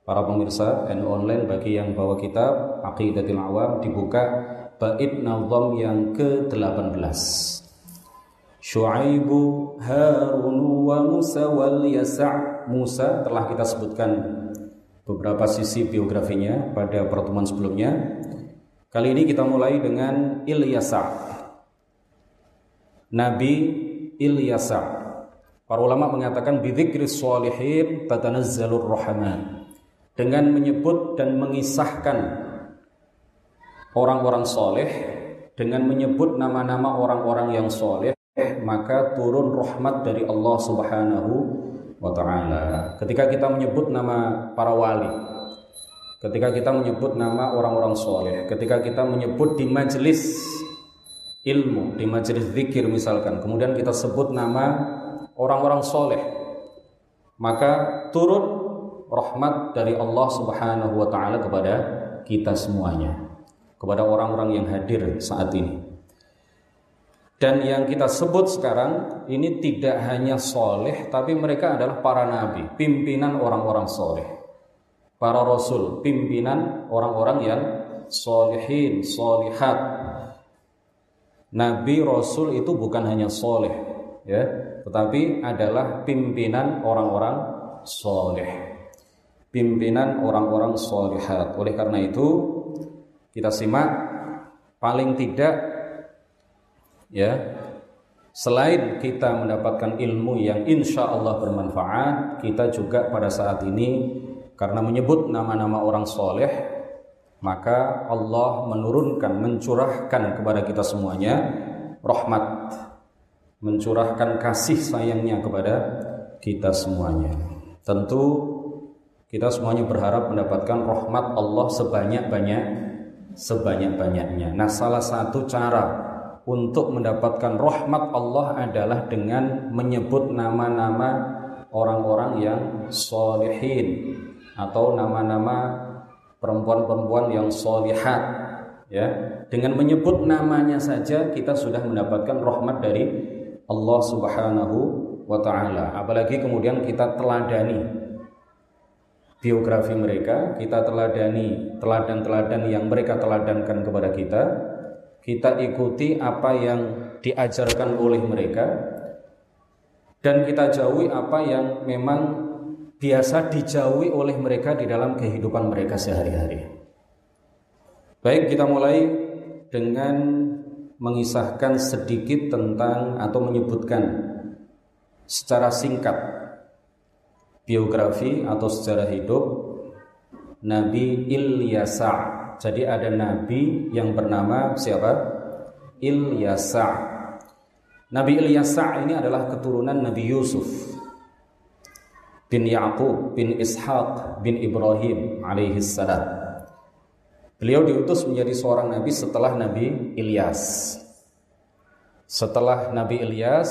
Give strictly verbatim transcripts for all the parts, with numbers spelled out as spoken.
Para pemirsa N U Online, bagi yang bawa kitab Aqidatul Awam, dibuka bait nazam yang ke delapan belas. Syu'aibu Harun wa Musa wal Yasa'. Musa telah kita sebutkan beberapa sisi biografinya pada pertemuan sebelumnya. Kali ini kita mulai dengan Ilyasa'. Nabi Ilyasa'. Para ulama mengatakan bidzikris sholihin tatanazzalur rahman. Dengan menyebut dan mengisahkan orang-orang soleh, dengan menyebut nama-nama orang-orang yang soleh, maka turun rahmat dari Allah Subhanahu wa ta'ala. Ketika kita menyebut nama para wali, ketika kita menyebut nama orang-orang soleh, ketika kita menyebut di majelis ilmu, di majelis zikir misalkan, kemudian kita sebut nama orang-orang soleh, maka turun rahmat dari Allah Subhanahu wa ta'ala kepada kita semuanya, kepada orang-orang yang hadir saat ini. Dan yang kita sebut sekarang ini tidak hanya soleh, tapi mereka adalah para nabi, pimpinan orang-orang soleh, para rasul, pimpinan orang-orang yang solehin, solihat. Nabi rasul itu bukan hanya soleh, ya, tetapi adalah pimpinan orang-orang soleh, pimpinan orang-orang solihat. Oleh karena itu kita simak, paling tidak ya, selain kita mendapatkan ilmu yang insya Allah bermanfaat, kita juga pada saat ini karena menyebut nama-nama orang soleh, maka Allah menurunkan, mencurahkan kepada kita semuanya rahmat, mencurahkan kasih sayangnya kepada kita semuanya. Tentu kita semuanya berharap mendapatkan rahmat Allah sebanyak-banyak sebanyak-banyaknya. Nah, salah satu cara untuk mendapatkan rahmat Allah adalah dengan menyebut nama-nama orang-orang yang solehin atau nama-nama perempuan-perempuan yang solihat, ya. Dengan menyebut namanya saja kita sudah mendapatkan rahmat dari Allah Subhanahu wa ta'ala. Apalagi kemudian kita teladani biografi mereka, kita teladani teladan-teladan yang mereka teladankan kepada kita, kita ikuti apa yang diajarkan oleh mereka, dan kita jauhi apa yang memang biasa dijauhi oleh mereka di dalam kehidupan mereka sehari-hari. Baik, kita mulai dengan mengisahkan sedikit tentang atau menyebutkan secara singkat biografi atau sejarah hidup Nabi Ilyasa'. Jadi ada nabi yang bernama siapa? Ilyasa'. Nabi Ilyasa' ini adalah keturunan Nabi Yusuf bin Ya'qub bin Ishaq bin Ibrahim alaihissalam. Beliau diutus menjadi seorang nabi setelah Nabi Ilyas. Setelah Nabi Ilyas,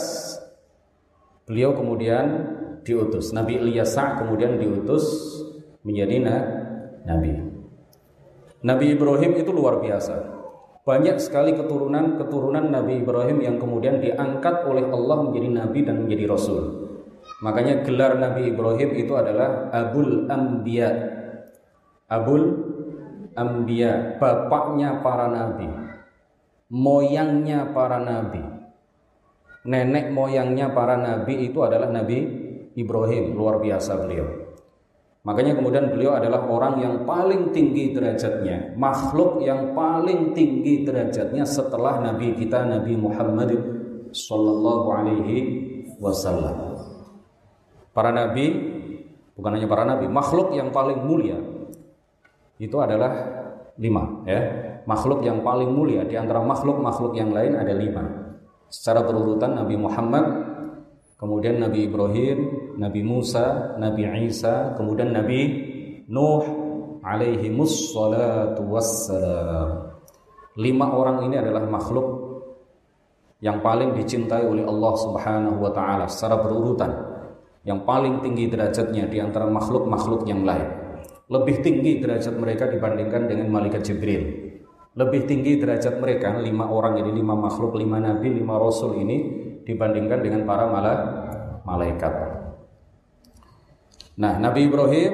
beliau kemudian diutus. Nabi Ilyasa kemudian diutus menjadi nabi. Nabi Ibrahim itu luar biasa. Banyak sekali keturunan-keturunan Nabi Ibrahim yang kemudian diangkat oleh Allah menjadi nabi dan menjadi rasul. Makanya gelar Nabi Ibrahim itu adalah Abul Anbiya. Abul Anbiya, bapaknya para nabi, moyangnya para nabi, nenek moyangnya para nabi itu adalah Nabi Ibrahim. Luar biasa beliau. Makanya kemudian beliau adalah orang yang paling tinggi derajatnya, makhluk yang paling tinggi derajatnya setelah Nabi kita Nabi Muhammad sallallahu alaihi wasallam. Para nabi, bukan hanya para nabi, makhluk yang paling mulia itu adalah lima, ya. Makhluk yang paling mulia di antara makhluk-makhluk yang lain ada lima. Secara berurutan Nabi Muhammad, kemudian Nabi Ibrahim, Nabi Musa, Nabi Isa, kemudian Nabi Nuh alaihimus salatu wassalam. Lima orang ini adalah makhluk yang paling dicintai oleh Allah Subhanahu wa ta'ala secara berurutan, yang paling tinggi derajatnya di antara makhluk-makhluk yang lain. Lebih tinggi derajat mereka dibandingkan dengan malaikat Jibril. Lebih tinggi derajat mereka, lima orang ini, lima makhluk, lima nabi, lima rasul ini dibandingkan dengan para malaikat. Nah, Nabi Ibrahim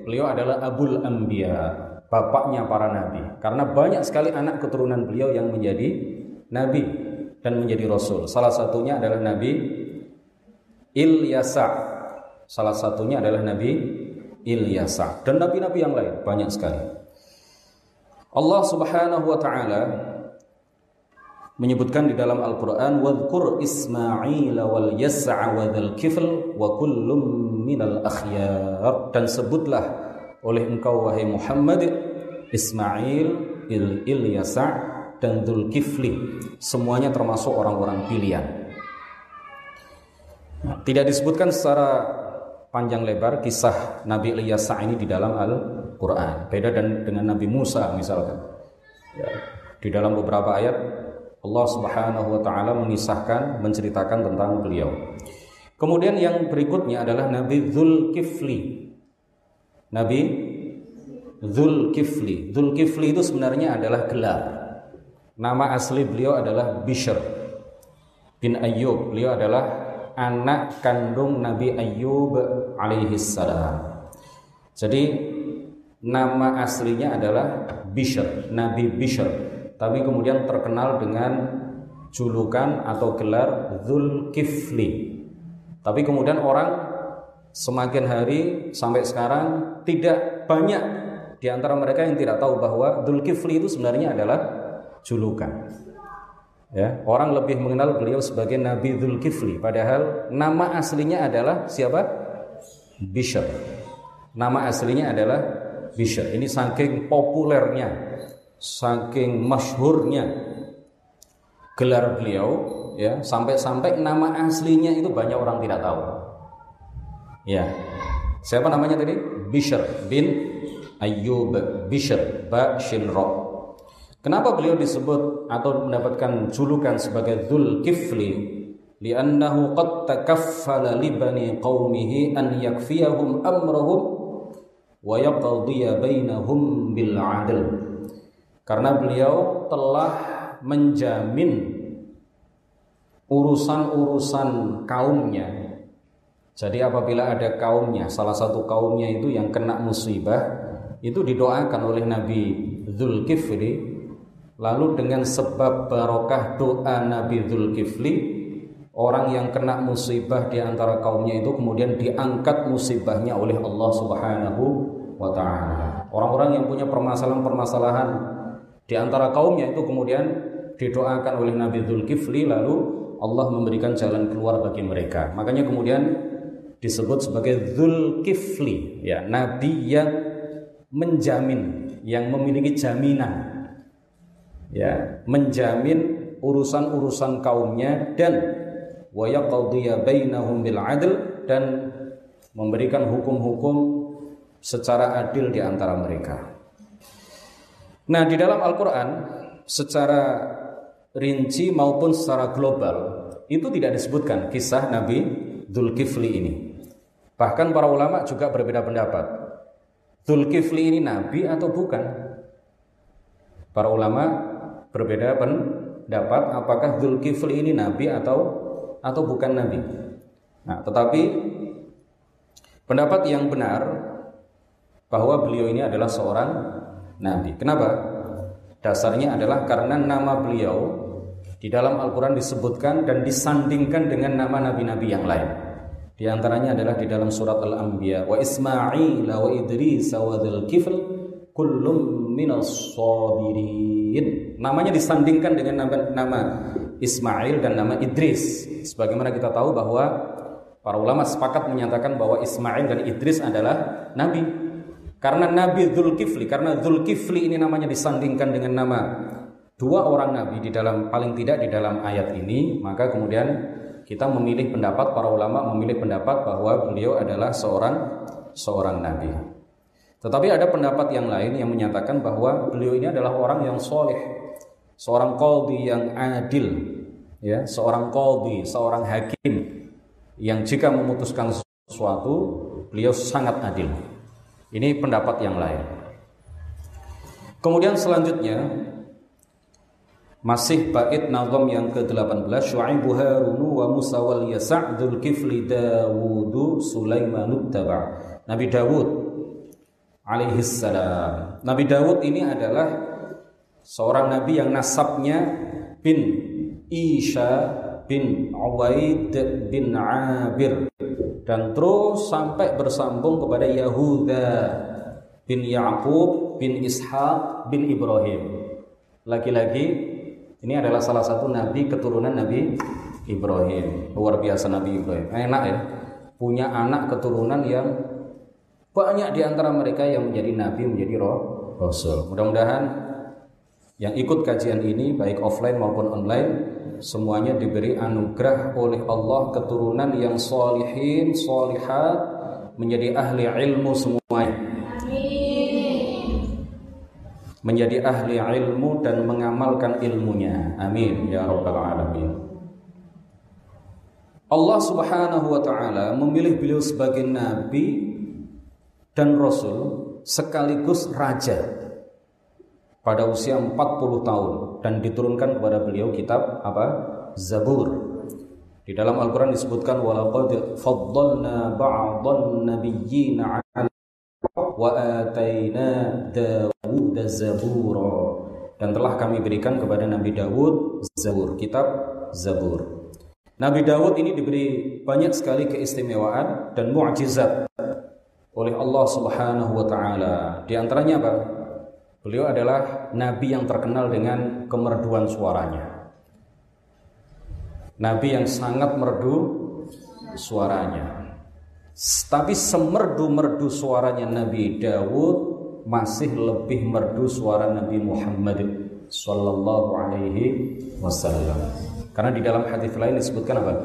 beliau adalah Abul Anbiya, bapaknya para nabi. Karena banyak sekali anak keturunan beliau yang menjadi nabi dan menjadi rasul. Salah satunya adalah Nabi Ilyasa. Salah satunya adalah Nabi Ilyasa dan nabi-nabi yang lain banyak sekali. Allah Subhanahu wa taala menyebutkan di dalam Al-Qur'an, "Wadhkur Ismail wal Yas'a wa dzal kifl wa kullum minal akhyar." Dan sebutlah oleh engkau wahai Muhammad Ismail, Il Ilyasa dan Dzulkifli, semuanya termasuk orang-orang pilihan. Tidak disebutkan secara panjang lebar kisah Nabi Ilyasa ini di dalam Al-Qur'an. Beda dan dengan Nabi Musa misalkan. Ya, di dalam beberapa ayat Allah Subhanahu wa taala mengisahkan, menceritakan tentang beliau. Kemudian yang berikutnya adalah Nabi Dzulkifli. Nabi Dzulkifli. Dzulkifli itu sebenarnya adalah gelar. Nama asli beliau adalah Bishr bin Ayyub. Beliau adalah anak kandung Nabi Ayyub alaihi salam. Jadi nama aslinya adalah Bishr, Nabi Bishr. Tapi kemudian terkenal dengan julukan atau gelar Dzulkifli. Tapi kemudian orang semakin hari sampai sekarang tidak banyak di antara mereka yang tidak tahu bahwa Dzulkifli itu sebenarnya adalah julukan. Ya, orang lebih mengenal beliau sebagai Nabi Dzulkifli, padahal nama aslinya adalah siapa? Bishr. Nama aslinya adalah Bishr. Ini saking populernya, saking masyhurnya gelar beliau, ya, sampai-sampai nama aslinya itu banyak orang tidak tahu. Ya. Siapa namanya tadi? Bishr bin Ayyub. Bishr ba shin ra. Kenapa beliau disebut atau mendapatkan julukan sebagai Dzulkifli? Li'annahu qad takaffala li bani qaumihi an yakfiyahum amrahum wa yaqdiya bainahum bil 'adl. Karena beliau telah menjamin urusan-urusan kaumnya. Jadi apabila ada kaumnya, salah satu kaumnya itu yang kena musibah, itu didoakan oleh Nabi Dzulkifli. Lalu dengan sebab barokah doa Nabi Dzulkifli, orang yang kena musibah di antara kaumnya itu kemudian diangkat musibahnya oleh Allah Subhanahu wa taala. Orang-orang yang punya permasalahan-permasalahan di antara kaumnya itu kemudian didoakan oleh Nabi Dzulkifli, lalu Allah memberikan jalan keluar bagi mereka. Makanya kemudian disebut sebagai Dzulkifli, ya, nabi yang menjamin, yang memiliki jaminan, ya, menjamin urusan-urusan kaumnya dan wa yaqdiya bainahum bil 'adl, dan memberikan hukum-hukum secara adil di antara mereka. Nah, di dalam Al-Qur'an secara rinci maupun secara global itu tidak disebutkan kisah Nabi Dzulkifli ini. Bahkan para ulama juga berbeda pendapat. Dzulkifli ini nabi atau bukan? Para ulama berbeda pendapat apakah Dzulkifli ini nabi atau atau bukan nabi. Nah, tetapi pendapat yang benar bahwa beliau ini adalah seorang nabi. Kenapa? Dasarnya adalah karena nama beliau di dalam Al-Quran disebutkan dan disandingkan dengan nama nabi-nabi yang lain. Di antaranya adalah di dalam surat Al-Anbiya, wa Ismail wa Idris wa Dzulkifl kullum minas sabirin. Namanya disandingkan dengan nama, nama Ismail dan nama Idris. Sebagaimana kita tahu bahwa para ulama sepakat menyatakan bahwa Ismail dan Idris adalah nabi. Karena Nabi Dzulkifli, karena Dzulkifli ini namanya disandingkan dengan nama dua orang nabi di dalam, paling tidak di dalam ayat ini, maka kemudian kita memilih pendapat, para ulama memilih pendapat bahwa beliau adalah seorang seorang nabi. Tetapi ada pendapat yang lain yang menyatakan bahwa beliau ini adalah orang yang soleh, seorang qadhi yang adil, ya, seorang qadhi, seorang hakim yang jika memutuskan sesuatu beliau sangat adil. Ini pendapat yang lain. Kemudian selanjutnya masih bait nazam yang ke delapan belas, Syu'aibu Harun wa Musa wal Yasa' Dzulkifli Dawudu Sulaimanut Taba. Nabi Dawud alaihissalam. Nabi Daud ini adalah seorang nabi yang nasabnya bin Isha bin Uwaid bin Abir, dan terus sampai bersambung kepada Yahuda bin Ya'qub bin Ishaq bin Ibrahim. Lagi-lagi ini adalah salah satu nabi keturunan Nabi Ibrahim. Luar biasa Nabi Ibrahim. Enak ya, punya anak keturunan yang banyak di antara mereka yang menjadi nabi, menjadi roh, rasul. Mudah-mudahan yang ikut kajian ini baik offline maupun online semuanya diberi anugerah oleh Allah keturunan yang solihin, solihat, menjadi ahli ilmu semuanya. Amin. Menjadi ahli ilmu dan mengamalkan ilmunya. Amin ya rabbal alamin. Allah Subhanahu wa taala memilih beliau sebagai nabi dan rasul sekaligus raja pada usia empat puluh tahun, dan diturunkan kepada beliau kitab apa? Zabur. Di dalam Al-Qur'an disebutkan walaqad faddalna ba'dhan nabiyyina 'ala wa ataina Dawud zabura, dan telah kami berikan kepada Nabi Dawud Zabur, kitab Zabur. Nabi Dawud ini diberi banyak sekali keistimewaan dan mukjizat oleh Allah Subhanahu wa taala. Di antaranya apa? Beliau adalah nabi yang terkenal dengan kemerduan suaranya. Nabi yang sangat merdu suaranya. Tapi semerdu-merdu suaranya Nabi Dawud masih lebih merdu suara Nabi Muhammad sallallahu alaihi wasallam. Karena di dalam hadis lain disebutkan apa?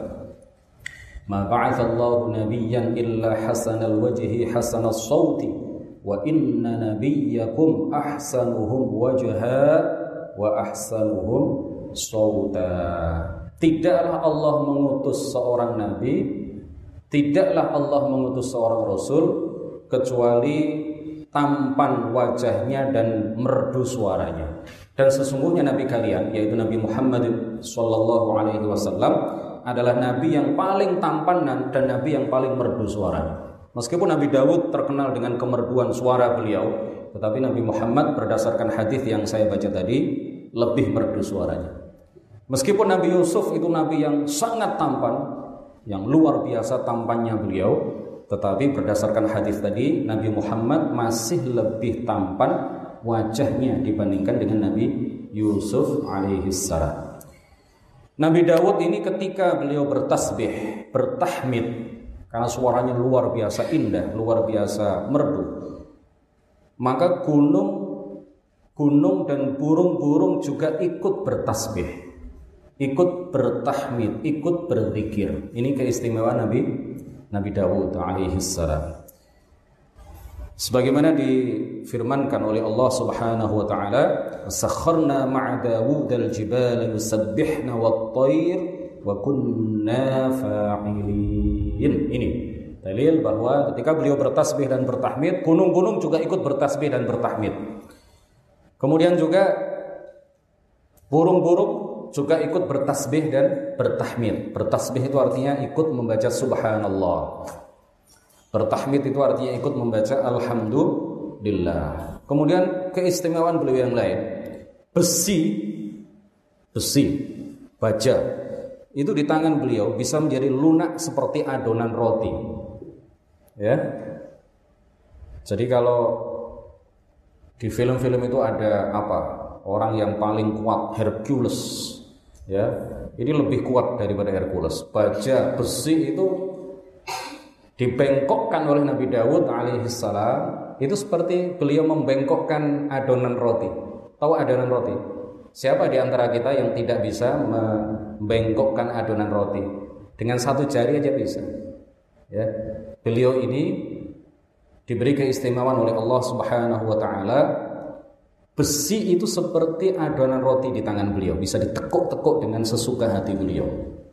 Ma ba'atsallahu nabiyyan illa hasanal wajhi hasanas sauti wa inna nabiyyakum ahsanuhum wajha wa ahsanuhum sauta. Tidaklah Allah mengutus seorang nabi, tidaklah Allah mengutus seorang rasul kecuali tampan wajahnya dan merdu suaranya. Dan sesungguhnya nabi kalian, yaitu Nabi Muhammad sallallahu alaihi wasallam, adalah nabi yang paling tampan dan nabi yang paling merdu suaranya. Meskipun Nabi Dawud terkenal dengan kemerduan suara beliau, tetapi Nabi Muhammad berdasarkan hadis yang saya baca tadi lebih merdu suaranya. Meskipun Nabi Yusuf itu nabi yang sangat tampan, yang luar biasa tampannya beliau, tetapi berdasarkan hadis tadi Nabi Muhammad masih lebih tampan wajahnya dibandingkan dengan Nabi Yusuf alaihissalam. Nabi Dawud ini ketika beliau bertasbih, bertahmid, karena suaranya luar biasa indah, luar biasa merdu, maka gunung gunung dan burung-burung juga ikut bertasbih, ikut bertahmid, ikut berzikir. Ini keistimewaan Nabi Nabi Dawud alaihissalam. Sebagaimana difirmankan oleh Allah Subhanahu wa taala, "Sakharna ma'a Dawud al-jibala yusabbihna wat-tayr wa kunna fa'ilin." Ini dalil bahwa ketika beliau bertasbih dan bertahmid, gunung-gunung juga ikut bertasbih dan bertahmid. Kemudian juga burung-burung juga ikut bertasbih dan bertahmid. Bertasbih itu artinya ikut membaca subhanallah. Bertahmid itu artinya ikut membaca alhamdulillah. Kemudian keistimewaan beliau yang lain, besi besi baja itu di tangan beliau bisa menjadi lunak seperti adonan roti. Ya. Jadi kalau di film-film itu ada apa? Orang yang paling kuat, Hercules. Ya. Ini lebih kuat daripada Hercules. Baja besi itu dibengkokkan oleh Nabi Dawud alaihissalam, itu seperti beliau membengkokkan adonan roti. Tahu adonan roti? Siapa di antara kita yang tidak bisa membengkokkan adonan roti? Dengan satu jari aja bisa. Ya. Beliau ini diberi keistimewaan oleh Allah Subhanahu wa taala. Besi itu seperti adonan roti di tangan beliau, bisa ditekuk-tekuk dengan sesuka hati beliau.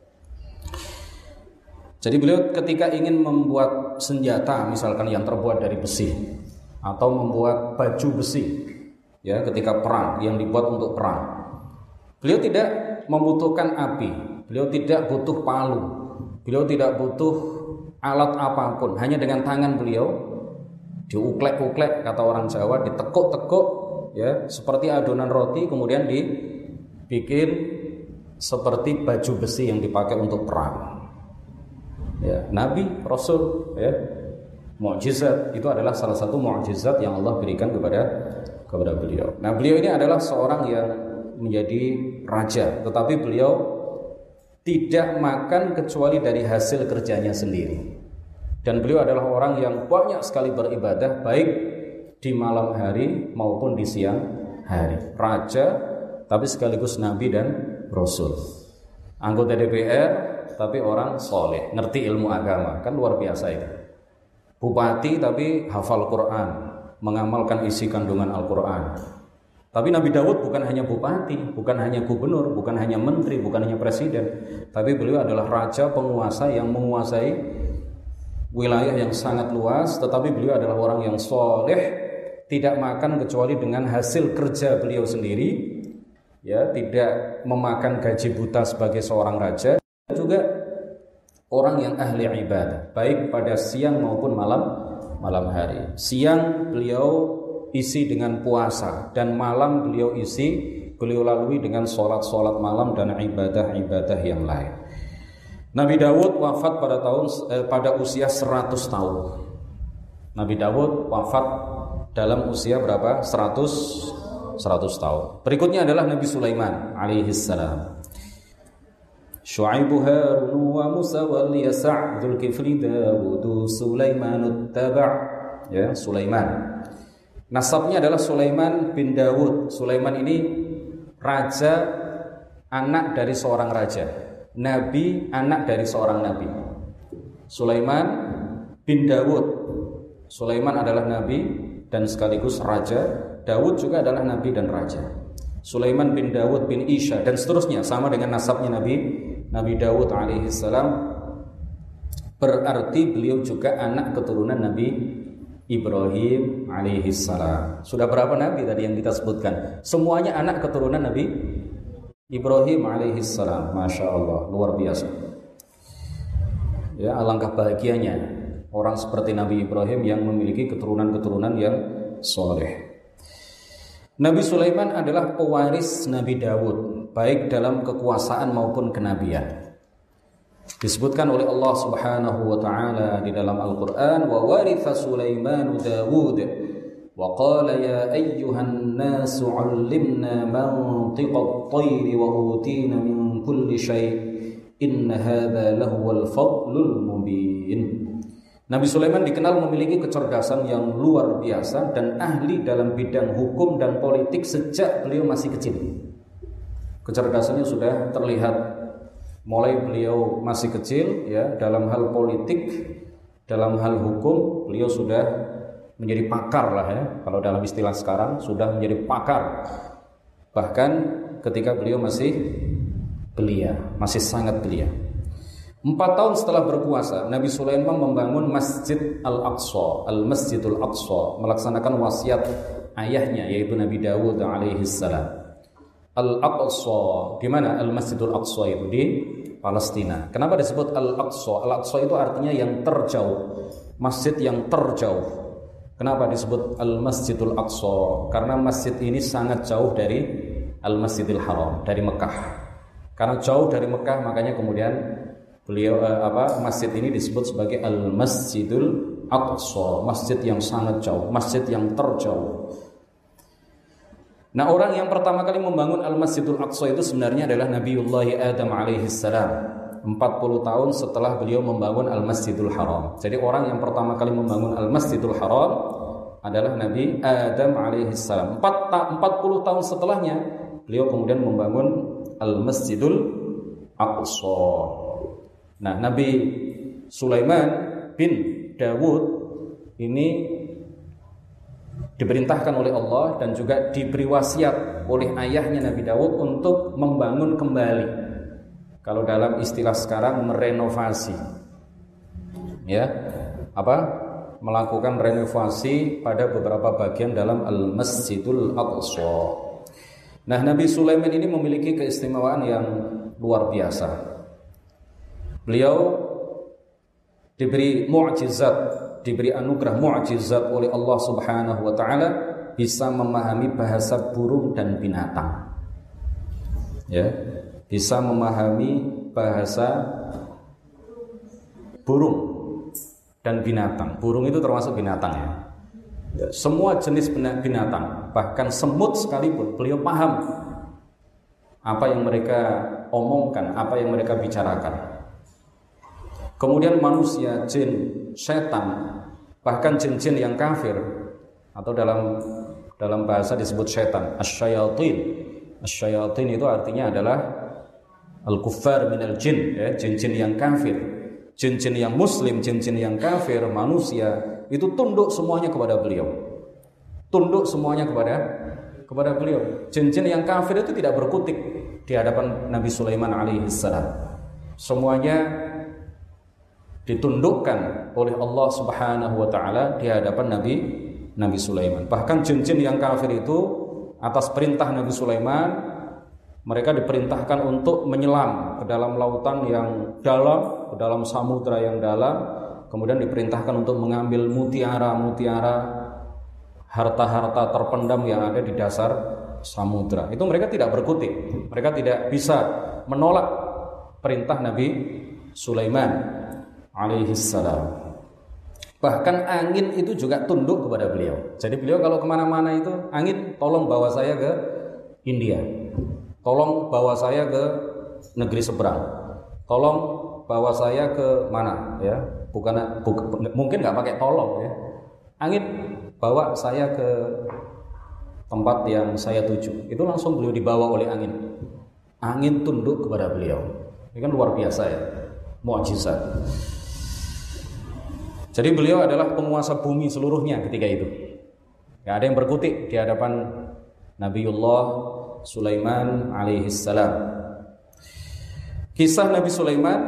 Jadi beliau ketika ingin membuat senjata misalkan yang terbuat dari besi, atau membuat baju besi, ya ketika perang yang dibuat untuk perang, beliau tidak membutuhkan api, beliau tidak butuh palu, beliau tidak butuh alat apapun, hanya dengan tangan beliau diuklek-uklek kata orang Jawa, ditekuk-tekuk ya, seperti adonan roti, kemudian dibikin seperti baju besi yang dipakai untuk perang. Ya, Nabi, Rasul, ya, mukjizat itu adalah salah satu mukjizat yang Allah berikan kepada kepada beliau. Nah, beliau ini adalah seorang yang menjadi raja, tetapi beliau tidak makan kecuali dari hasil kerjanya sendiri. Dan beliau adalah orang yang banyak sekali beribadah, baik di malam hari maupun di siang hari. Raja, tapi sekaligus Nabi dan Rasul. Anggota D P R, tapi orang soleh, ngerti ilmu agama, kan luar biasa itu. Bupati, tapi hafal Quran, mengamalkan isi kandungan Al-Quran. Tapi Nabi Daud bukan hanya bupati, bukan hanya gubernur, bukan hanya menteri, bukan hanya presiden, tapi beliau adalah raja penguasa yang menguasai wilayah yang sangat luas. Tetapi beliau adalah orang yang soleh, tidak makan kecuali dengan hasil kerja beliau sendiri, ya, tidak memakan gaji buta sebagai seorang raja. Juga orang yang ahli ibadah, baik pada siang maupun malam malam hari. Siang beliau isi dengan puasa, dan malam beliau isi beliau lalui dengan sholat-sholat malam dan ibadah-ibadah yang lain. Nabi Daud wafat pada tahun eh, pada usia seratus tahun. Nabi Daud wafat dalam usia berapa? seratus tahun. Berikutnya adalah Nabi Sulaiman alaihi salam. Syu'aibu Harun wa Musa wal Yasa' Dzulkifli Dawud Sulaiman taba'. Ya, Sulaiman. Nasabnya adalah Sulaiman bin Dawud. Sulaiman ini raja, anak dari seorang raja. Nabi, anak dari seorang nabi. Sulaiman bin Dawud. Sulaiman adalah nabi dan sekaligus raja. Dawud juga adalah nabi dan raja. Sulaiman bin Dawud bin Isha dan seterusnya, sama dengan nasabnya Nabi Nabi Dawud alaihi salam. Berarti beliau juga anak keturunan Nabi Ibrahim alaihi salam. Sudah berapa nabi tadi yang kita sebutkan? Semuanya anak keturunan Nabi Ibrahim alaihi salam. Masya Allah, luar biasa. Ya, alangkah bahagianya orang seperti Nabi Ibrahim yang memiliki keturunan-keturunan yang soleh. Nabi Sulaiman adalah pewaris Nabi Dawud, baik dalam kekuasaan maupun kenabian. Disebutkan oleh Allah Subhanahu wa taala di dalam Al-Qur'an, wa waritha Sulaiman Dawud wa qala ya ayyuhan nas 'allimna mantiqat tayr wa utina min kulli syai' inna hadza lahuwal fadlul mubin. Nabi Sulaiman dikenal memiliki kecerdasan yang luar biasa dan ahli dalam bidang hukum dan politik sejak beliau masih kecil. Kecerdasannya sudah terlihat mulai beliau masih kecil, ya, dalam hal politik, dalam hal hukum beliau sudah menjadi pakar lah, ya. Kalau dalam istilah sekarang sudah menjadi pakar. Bahkan ketika beliau masih belia, masih sangat belia. Empat tahun setelah berkuasa, Nabi Sulaiman membangun Masjid Al-Aqsa, Al-Masjidul Aqsa, melaksanakan wasiat ayahnya yaitu Nabi Dawud alaihi salam. Al-Aqsa, di mana Al-Masjidul Aqsa itu? Di Palestina. Kenapa disebut Al-Aqsa? Al-Aqsa itu artinya yang terjauh, masjid yang terjauh. Kenapa disebut Al-Masjidul Aqsa? Karena masjid ini sangat jauh dari Al-Masjidil Haram, dari Mekah. Karena jauh dari Mekah, makanya kemudian beliau eh, apa masjid ini disebut sebagai Al-Masjidul Aqsa, masjid yang sangat jauh, masjid yang terjauh. Nah, orang yang pertama kali membangun Al-Masjidul Aqsa itu sebenarnya adalah Nabiullah Adam alaihi salam, empat puluh tahun setelah beliau membangun Al-Masjidul Haram. Jadi orang yang pertama kali membangun Al-Masjidul Haram adalah Nabi Adam alaihi salam. empat puluh tahun setelahnya beliau kemudian membangun Al-Masjidul Aqsa. Nah, Nabi Sulaiman bin Dawud ini diperintahkan oleh Allah dan juga diberi wasiat oleh ayahnya Nabi Dawud untuk membangun kembali. Kalau dalam istilah sekarang merenovasi. Ya, apa? Melakukan renovasi pada beberapa bagian dalam Al-Masjidul Aqsa. Nah, Nabi Sulaiman ini memiliki keistimewaan yang luar biasa. Beliau diberi mukjizat diberi anugerah mukjizat oleh Allah Subhanahu wa taala, bisa memahami bahasa burung dan binatang. Ya, bisa memahami bahasa burung dan binatang. Burung itu termasuk binatang ya. Ya, semua jenis binatang, bahkan semut sekalipun beliau paham apa yang mereka omongkan, apa yang mereka bicarakan. Kemudian manusia, jin, setan, bahkan jin-jin yang kafir, atau dalam dalam bahasa disebut setan, asyayatin. Asyayatin itu artinya adalah al-kuffar minal jin, ya, jin-jin yang kafir. Jin-jin yang muslim, jin-jin yang kafir, manusia, itu tunduk semuanya kepada beliau. Tunduk semuanya kepada kepada beliau. Jin-jin yang kafir itu tidak berkutik di hadapan Nabi Sulaiman alaihissalam. Semuanya ditundukkan oleh Allah Subhanahu wa taala di hadapan Nabi Nabi Sulaiman. Bahkan jin-jin yang kafir itu atas perintah Nabi Sulaiman, mereka diperintahkan untuk menyelam ke dalam lautan yang dalam, ke dalam samudra yang dalam, kemudian diperintahkan untuk mengambil mutiara-mutiara, harta-harta terpendam yang ada di dasar samudra. Itu mereka tidak berkutik, mereka tidak bisa menolak perintah Nabi Sulaiman alaihissalam. Bahkan angin itu juga tunduk kepada beliau. Jadi beliau kalau kemana-mana itu, angin tolong bawa saya ke India, tolong bawa saya ke negeri seberang, tolong bawa saya ke mana ya, bukan, bukan mungkin nggak pakai tolong ya, angin bawa saya ke tempat yang saya tuju. Itu langsung beliau dibawa oleh angin. Angin tunduk kepada beliau. Ini kan luar biasa ya, mukjizat. Jadi beliau adalah penguasa bumi seluruhnya ketika itu. Gak ada yang berkutik di hadapan Nabiullah Sulaiman alaihissalam. Kisah Nabi Sulaiman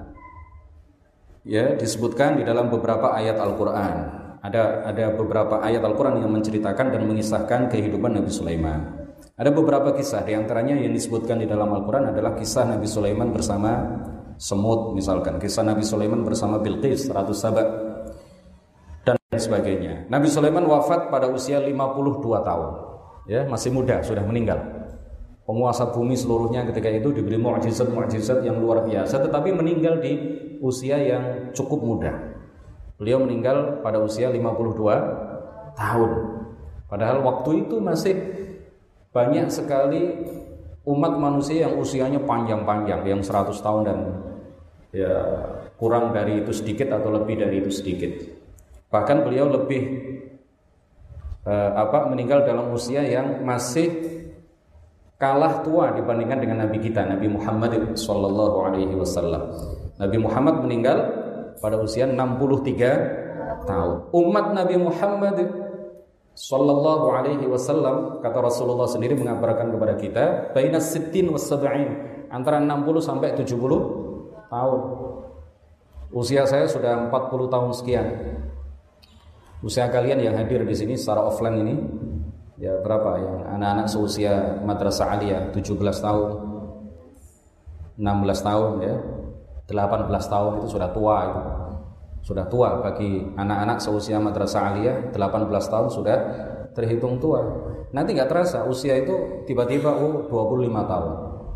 ya disebutkan di dalam beberapa ayat Al-Quran. Ada ada beberapa ayat Al-Quran yang menceritakan dan mengisahkan kehidupan Nabi Sulaiman. Ada beberapa kisah, di antaranya yang disebutkan di dalam Al-Quran adalah kisah Nabi Sulaiman bersama semut, misalkan kisah Nabi Sulaiman bersama Bilqis, Ratu Saba, dan sebagainya. Nabi Sulaiman wafat pada usia lima puluh dua tahun, ya, masih muda, sudah meninggal. Penguasa bumi seluruhnya ketika itu diberi mukjizat-mukjizat yang luar biasa, tetapi meninggal di usia yang cukup muda. Beliau meninggal pada usia lima puluh dua tahun. Padahal waktu itu masih banyak sekali umat manusia yang usianya panjang-panjang, yang seratus tahun dan ya kurang dari itu sedikit atau lebih dari itu sedikit. Bahkan beliau lebih eh, apa meninggal dalam usia yang masih kalah tua dibandingkan dengan Nabi kita, Nabi Muhammad sallallahu alaihi wasallam. Nabi Muhammad meninggal pada usia enam puluh tiga tahun. Umat Nabi Muhammad sallallahu alaihi wasallam, kata Rasulullah sendiri mengabarkan kepada kita, baina sittin was sab'in, antara enam puluh sampai tujuh puluh tahun. Usia saya sudah empat puluh tahun sekian. Usia kalian yang hadir di sini secara offline ini ya berapa? Yang anak-anak seusia madrasah aliyah tujuh belas tahun, enam belas tahun ya, delapan belas tahun itu sudah tua itu. Sudah tua bagi anak-anak seusia madrasah aliyah, delapan belas tahun sudah terhitung tua. Nanti nggak terasa usia itu tiba-tiba oh dua puluh lima tahun.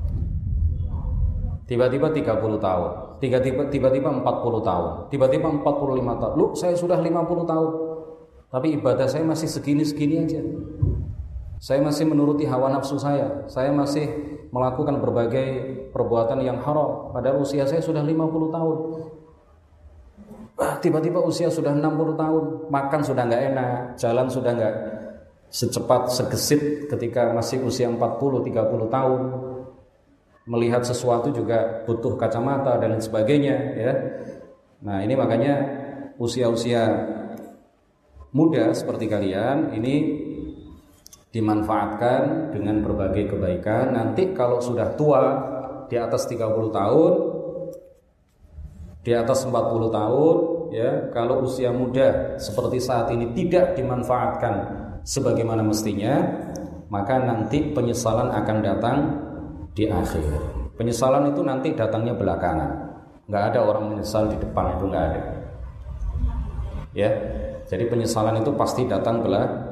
Tiba-tiba tiga puluh tahun. Tiba-tiba tiba-tiba empat puluh tahun. Tiba-tiba empat puluh lima tahun. Lu saya sudah lima puluh tahun. Tapi ibadah saya masih segini-segini aja. Saya masih menuruti hawa nafsu saya. Saya masih melakukan berbagai perbuatan yang haram. Padahal usia saya sudah lima puluh tahun. Tiba-tiba usia sudah enam puluh tahun. Makan sudah nggak enak. Jalan sudah nggak secepat segesit ketika masih usia empat puluh tiga puluh tahun. Melihat sesuatu juga butuh kacamata dan lain sebagainya ya. Nah, ini makanya usia-usia muda seperti kalian ini dimanfaatkan dengan berbagai kebaikan. Nanti kalau sudah tua di atas tiga puluh tahun, di atas empat puluh tahun ya, kalau usia muda seperti saat ini tidak dimanfaatkan sebagaimana mestinya, maka nanti penyesalan akan datang di akhir. Penyesalan itu nanti datangnya belakangan. Nggak ada orang menyesal di depan, itu nggak ada. ya. Jadi penyesalan itu pasti datang bela